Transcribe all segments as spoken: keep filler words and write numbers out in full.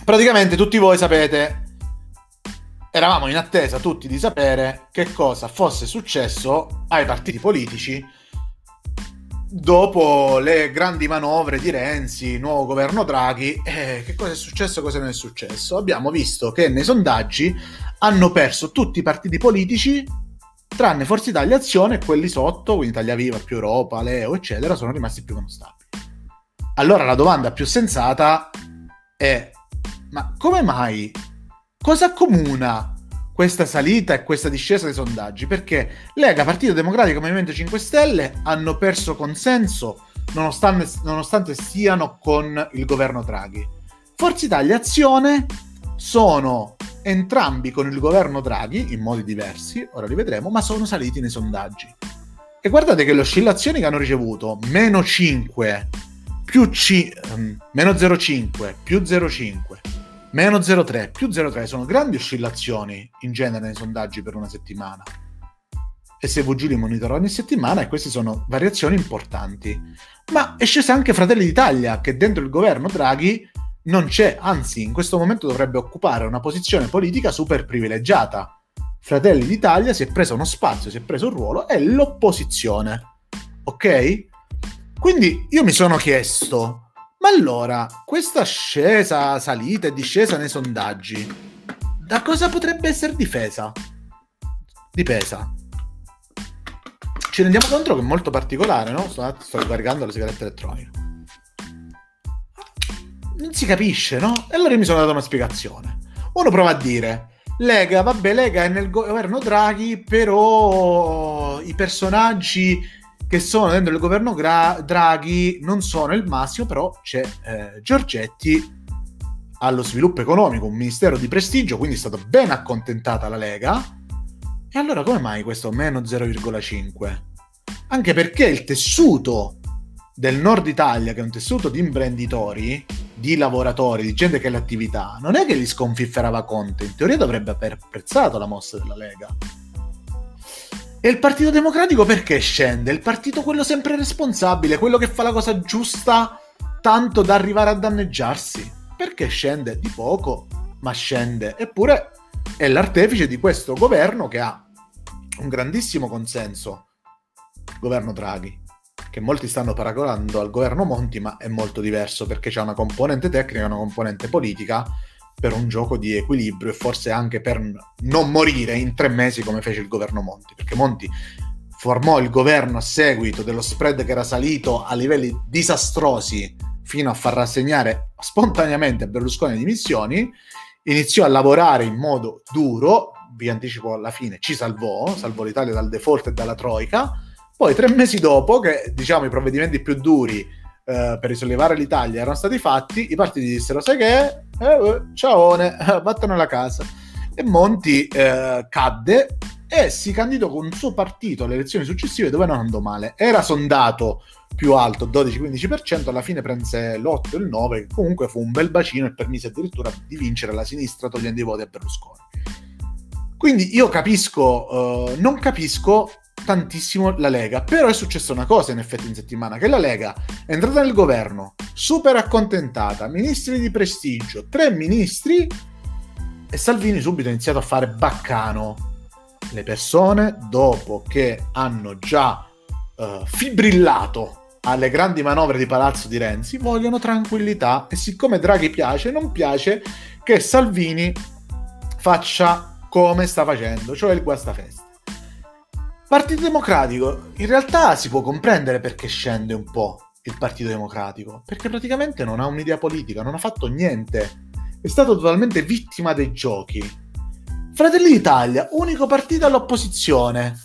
praticamente tutti voi sapete, eravamo in attesa tutti di sapere che cosa fosse successo ai partiti politici dopo le grandi manovre di Renzi, nuovo governo Draghi. Eh, che cosa è successo, cosa non è successo? Abbiamo visto che nei sondaggi hanno perso tutti i partiti politici tranne Forza Italia Azione, e quelli sotto, quindi Italia Viva, Più Europa, Leo, eccetera, sono rimasti più o meno stabili. Allora la domanda più sensata è: ma come mai? Cosa accomuna questa salita e questa discesa dei sondaggi? Perché Lega, Partito Democratico e Movimento cinque Stelle hanno perso consenso nonostante, nonostante stiano con il governo Draghi. Forza Italia e Azione sono entrambi con il governo Draghi in modi diversi, ora li vedremo, ma sono saliti nei sondaggi. E guardate che le oscillazioni che hanno ricevuto, meno cinque, più C, um, meno zero virgola cinque, più zero virgola cinque, meno zero virgola tre, più zero virgola tre, sono grandi oscillazioni in genere nei sondaggi per una settimana. E se V G li monitora ogni settimana, e queste sono variazioni importanti. Ma è scesa anche Fratelli d'Italia, che dentro il governo Draghi non c'è, anzi in questo momento dovrebbe occupare una posizione politica super privilegiata. Fratelli d'Italia si è preso uno spazio, si è preso un ruolo, è l'opposizione, ok? Quindi io mi sono chiesto, ma allora questa scesa, salita e discesa nei sondaggi da cosa potrebbe essere difesa? Dipesa. Ci rendiamo conto che è molto particolare, no? Sto, sto caricando la sigaretta elettronica. Non si capisce, no? E allora io mi sono dato una spiegazione. Uno prova a dire: Lega, vabbè, Lega è nel governo Draghi, però i personaggi che sono dentro il governo Gra- Draghi non sono il massimo, però c'è eh, Giorgetti allo sviluppo economico, un ministero di prestigio, quindi è stata ben accontentata la Lega. E allora come mai questo meno zero virgola cinque? Anche perché il tessuto del Nord Italia, che è un tessuto di imprenditori, di lavoratori, di gente che ha l'attività, non è che li sconfifferava Conte, in teoria dovrebbe aver apprezzato la mossa della Lega. E il Partito Democratico perché scende? Il partito quello sempre responsabile, quello che fa la cosa giusta tanto da arrivare a danneggiarsi. Perché scende? Di poco, ma scende. Eppure è l'artefice di questo governo che ha un grandissimo consenso, governo Draghi, che molti stanno paragonando al governo Monti, ma è molto diverso perché c'è una componente tecnica e una componente politica per un gioco di equilibrio, e forse anche per non morire in tre mesi come fece il governo Monti, perché Monti formò il governo a seguito dello spread che era salito a livelli disastrosi fino a far rassegnare spontaneamente a Berlusconi le dimissioni, iniziò a lavorare in modo duro, vi anticipo alla fine ci salvò, salvò l'Italia dal default e dalla troica. Poi tre mesi dopo che, diciamo, i provvedimenti più duri eh, per risollevare l'Italia erano stati fatti, i partiti dissero: sai che è? Eh, eh, ciaone, vattene alla casa. E Monti eh, cadde e si candidò con il suo partito alle elezioni successive, dove non andò male. Era sondato più alto, dodici quindici per cento, alla fine prese l'otto e il nove, comunque fu un bel bacino e permise addirittura di vincere la sinistra togliendo i voti a Berlusconi. Quindi io capisco, eh, non capisco tantissimo la Lega, però è successa una cosa in effetti in settimana, che la Lega è entrata nel governo super accontentata, ministri di prestigio, tre ministri, e Salvini subito ha iniziato a fare baccano. Le persone, dopo che hanno già uh, fibrillato alle grandi manovre di palazzo di Renzi, vogliono tranquillità, e siccome Draghi piace, non piace che Salvini faccia come sta facendo, cioè il guastafeste. Partito Democratico, in realtà si può comprendere perché scende un po' il Partito Democratico, perché praticamente non ha un'idea politica, non ha fatto niente, è stato totalmente vittima dei giochi. Fratelli d'Italia, unico partito all'opposizione,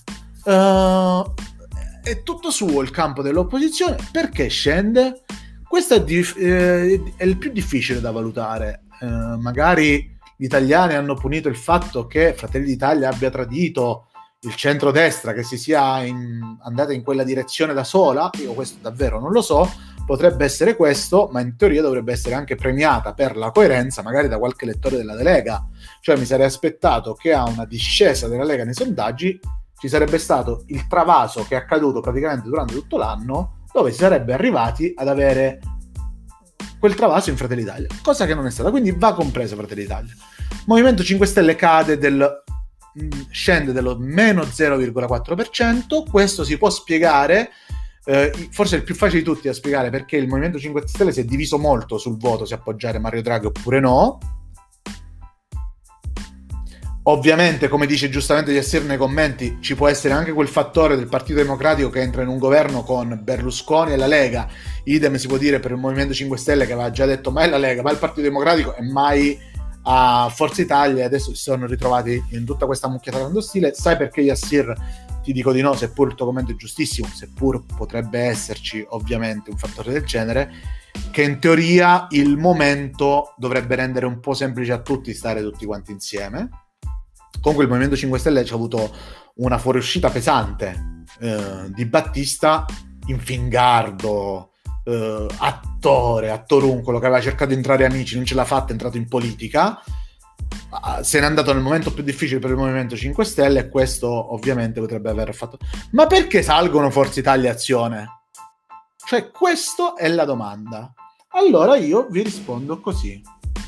uh, è tutto suo il campo dell'opposizione. Perché scende? Questo è, dif- eh, è il più difficile da valutare. Uh, magari gli italiani hanno punito il fatto che Fratelli d'Italia abbia tradito il centrodestra, che si sia in, andata in quella direzione da sola. Io questo davvero non lo so, potrebbe essere questo, ma in teoria dovrebbe essere anche premiata per la coerenza magari da qualche elettore della Lega. Cioè mi sarei aspettato che a una discesa della Lega nei sondaggi ci sarebbe stato il travaso che è accaduto praticamente durante tutto l'anno, dove si sarebbe arrivati ad avere quel travaso in Fratelli d'Italia, cosa che non è stata, quindi va compreso Fratelli d'Italia. Movimento cinque Stelle cade del scende dello meno zero virgola quattro per cento. Questo si può spiegare, eh, forse è il più facile di tutti da spiegare, perché il Movimento cinque Stelle si è diviso molto sul voto se appoggiare Mario Draghi oppure no. Ovviamente, come dice giustamente Yassir nei commenti, ci può essere anche quel fattore del Partito Democratico che entra in un governo con Berlusconi e la Lega. Idem si può dire per il Movimento cinque Stelle, che aveva già detto ma è la Lega, ma è il Partito Democratico e mai a Forza Italia, e adesso si sono ritrovati in tutta questa mucchiata clandestile. Sai perché, Yassir? Ti dico di no, seppur il tuo commento è giustissimo, seppur potrebbe esserci ovviamente un fattore del genere, che in teoria il momento dovrebbe rendere un po' semplice a tutti stare tutti quanti insieme. Comunque il Movimento cinque Stelle ci ha avuto una fuoriuscita pesante eh, di Battista, in fingardo, Uh, attore, attoruncolo, che aveva cercato di entrare Amici, non ce l'ha fatta, è entrato in politica, uh, se n'è andato nel momento più difficile per il Movimento cinque Stelle, e questo ovviamente potrebbe aver fatto. Ma perché salgono Forza Italia e Azione? Cioè, questa è la domanda. Allora io vi rispondo così.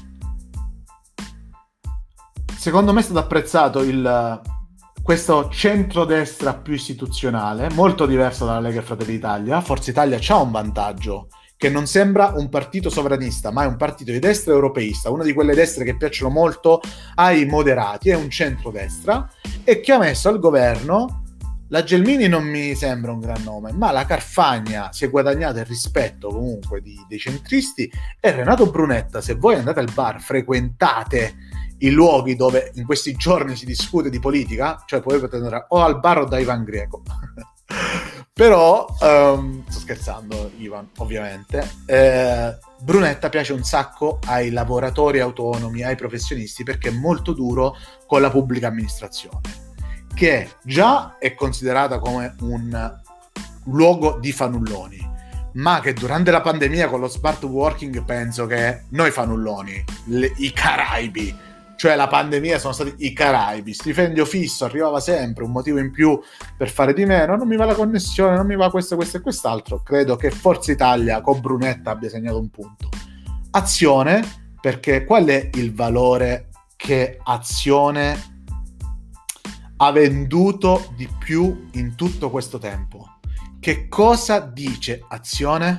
Secondo me è stato apprezzato il questo centrodestra più istituzionale, molto diverso dalla Lega e Fratelli d'Italia. Forza Italia c'ha un vantaggio, che non sembra un partito sovranista, ma è un partito di destra europeista, una di quelle destre che piacciono molto ai moderati, è un centrodestra, e che ha messo al governo, la Gelmini non mi sembra un gran nome, ma la Carfagna si è guadagnata il rispetto comunque di, dei centristi, e Renato Brunetta, se voi andate al bar, frequentate i luoghi dove in questi giorni si discute di politica, cioè poi potete andare o al bar o da Ivan Greco. Però um, sto scherzando, Ivan, ovviamente. eh, Brunetta piace un sacco ai lavoratori autonomi, ai professionisti, perché è molto duro con la pubblica amministrazione, che già è considerata come un luogo di fanulloni, ma che durante la pandemia con lo smart working penso che noi fanulloni, le, i Caraibi, cioè la pandemia sono stati i Caraibi, stipendio fisso arrivava sempre, un motivo in più per fare di meno, non mi va la connessione, non mi va questo, questo e quest'altro. Credo che Forza Italia con Brunetta abbia segnato un punto. Azione, perché qual è il valore che Azione ha venduto di più in tutto questo tempo? Che cosa dice Azione?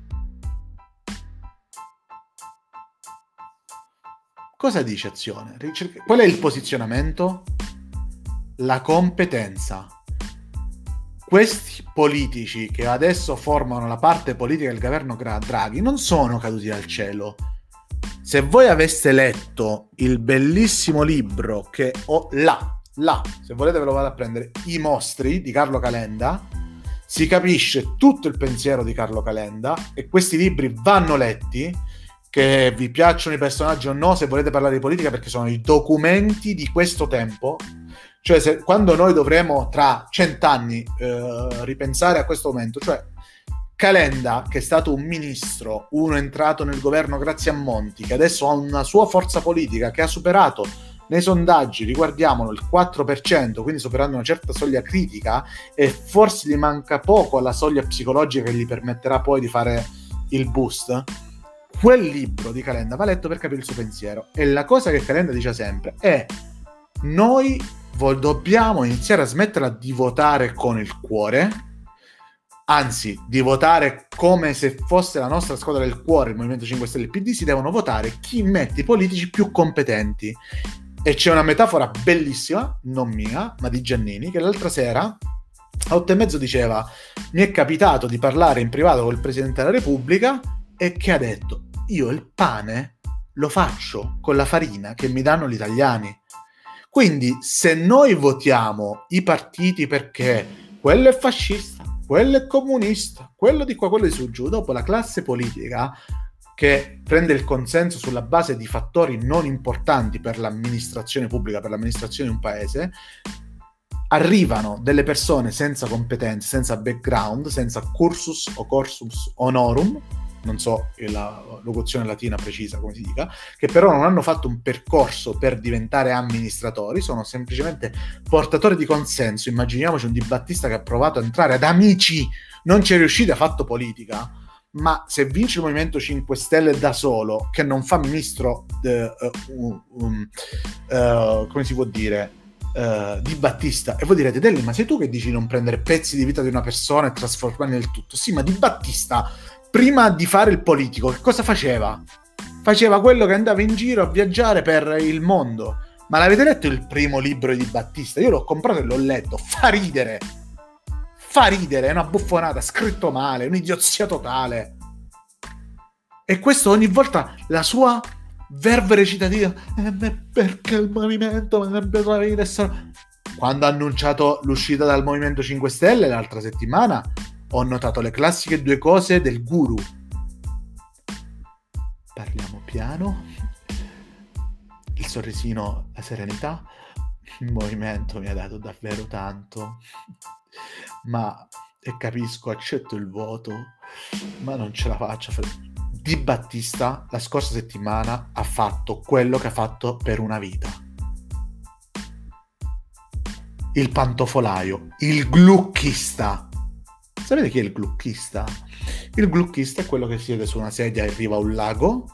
Cosa dice Azione? Qual è il posizionamento? La competenza. Questi politici che adesso formano la parte politica del governo Draghi non sono caduti dal cielo. Se voi aveste letto il bellissimo libro che ho là, là, se volete ve lo vado a prendere, I mostri di Carlo Calenda, si capisce tutto il pensiero di Carlo Calenda, e questi libri vanno letti, che vi piacciono i personaggi o no, se volete parlare di politica, perché sono i documenti di questo tempo. Cioè, se, quando noi dovremo tra cent'anni eh, ripensare a questo momento, cioè Calenda, che è stato un ministro, uno entrato nel governo grazie a Monti, che adesso ha una sua forza politica, che ha superato nei sondaggi, riguardiamolo, il quattro per cento, quindi superando una certa soglia critica, e forse gli manca poco alla soglia psicologica che gli permetterà poi di fare il boost. Quel libro di Calenda va letto per capire il suo pensiero, e la cosa che Calenda dice sempre è: noi dobbiamo iniziare a smetterla di votare con il cuore, anzi di votare come se fosse la nostra squadra del cuore, il Movimento cinque Stelle e il P D. Si devono votare chi mette i politici più competenti. E c'è una metafora bellissima, non mia, ma di Giannini, che l'altra sera a otto e mezzo diceva: mi è capitato di parlare in privato col Presidente della Repubblica, e che ha detto: io il pane lo faccio con la farina che mi danno gli italiani. Quindi se noi votiamo i partiti perché quello è fascista, quello è comunista, quello di qua, quello di su giù, dopo la classe politica che prende il consenso sulla base di fattori non importanti per l'amministrazione pubblica, per l'amministrazione di un paese, arrivano delle persone senza competenze, senza background, senza cursus o cursus honorum, non so la locuzione latina precisa come si dica, che però non hanno fatto un percorso per diventare amministratori, sono semplicemente portatori di consenso. Immaginiamoci un Di Battista che ha provato a entrare ad Amici, non ci è riuscito, ha fatto politica, ma se vince il Movimento cinque Stelle da solo, che non fa ministro uh, uh, um, uh, come si può dire uh, Di Battista, e voi direte Delli, ma sei tu che dici non prendere pezzi di vita di una persona e trasformarli nel tutto? Sì, ma Di Battista prima di fare il politico che cosa faceva? Faceva quello che andava in giro a viaggiare per il mondo. Ma l'avete letto il primo libro di Di Battista? Io l'ho comprato e l'ho letto, fa ridere fa ridere, è una buffonata, scritto male, un'idiozia totale. E questo ogni volta, la sua verve recitativa, eh, perché il movimento mi ha cambiato la vita. Quando ha annunciato l'uscita dal Movimento cinque Stelle l'altra settimana, ho notato le classiche due cose del guru. Parliamo piano, il sorrisino, la serenità. Il movimento mi ha dato davvero tanto, ma e capisco, accetto il voto, ma non ce la faccio. Di Battista la scorsa settimana ha fatto quello che ha fatto per una vita: il pantofolaio, il glucchista. Sapete chi è il glucchista? Il glucchista è quello che siede su una sedia e arriva a un lago,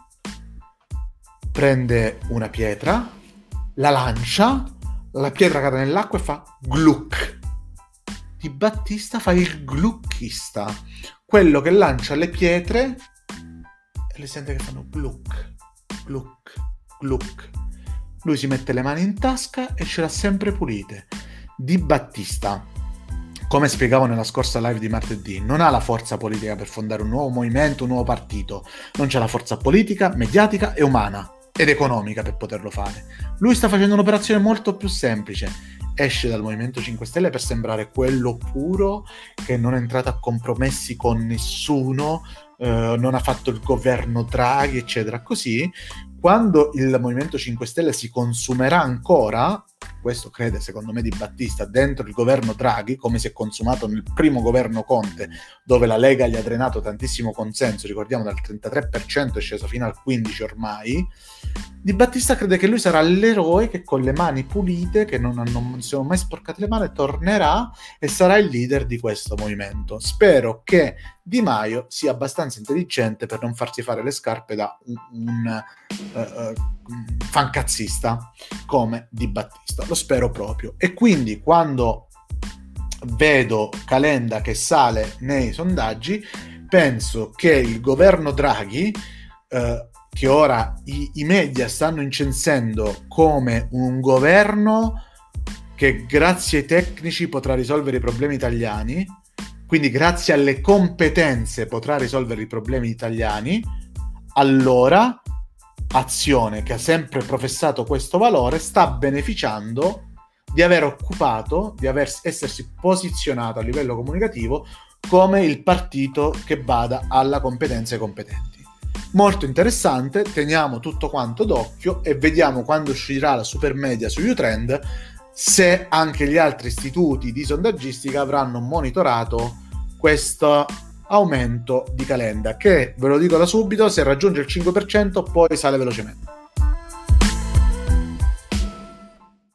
prende una pietra, la lancia, la pietra cade nell'acqua e fa gluck. Di Battista fa il glucchista, quello che lancia le pietre e le sente che fanno gluck, gluck, gluck. Lui si mette le mani in tasca e ce l'ha sempre pulite. Di Battista, come spiegavo nella scorsa live di martedì, non ha la forza politica per fondare un nuovo movimento, un nuovo partito. Non c'è la forza politica, mediatica e umana ed economica per poterlo fare. Lui sta facendo un'operazione molto più semplice: esce dal Movimento cinque Stelle per sembrare quello puro che non è entrato a compromessi con nessuno, eh, non ha fatto il governo Draghi, eccetera. Così, quando il Movimento cinque Stelle si consumerà ancora, questo crede secondo me Di Battista, dentro il governo Draghi, come si è consumato nel primo governo Conte, dove la Lega gli ha drenato tantissimo consenso, ricordiamo dal trentatré per cento è sceso fino al quindici per cento ormai. Di Battista crede che lui sarà l'eroe che con le mani pulite, che non, hanno, non si sono mai sporcate le mani, tornerà e sarà il leader di questo movimento. Spero che Di Maio sia abbastanza intelligente per non farsi fare le scarpe da un, un uh, uh, fancazzista come Di Battista. Lo spero proprio. E quindi quando vedo Calenda che sale nei sondaggi, penso che il governo Draghi, uh, che ora i, i media stanno incensendo come un governo che grazie ai tecnici potrà risolvere i problemi italiani, quindi grazie alle competenze potrà risolvere i problemi italiani, allora Azione, che ha sempre professato questo valore, sta beneficiando di aver occupato, di aver, essersi posizionato a livello comunicativo come il partito che bada alla competenza e ai competenti. Molto interessante, teniamo tutto quanto d'occhio e vediamo quando uscirà la super media su Utrend se anche gli altri istituti di sondaggistica avranno monitorato questo aumento di Calenda, che, ve lo dico da subito, se raggiunge il cinque per cento poi sale velocemente.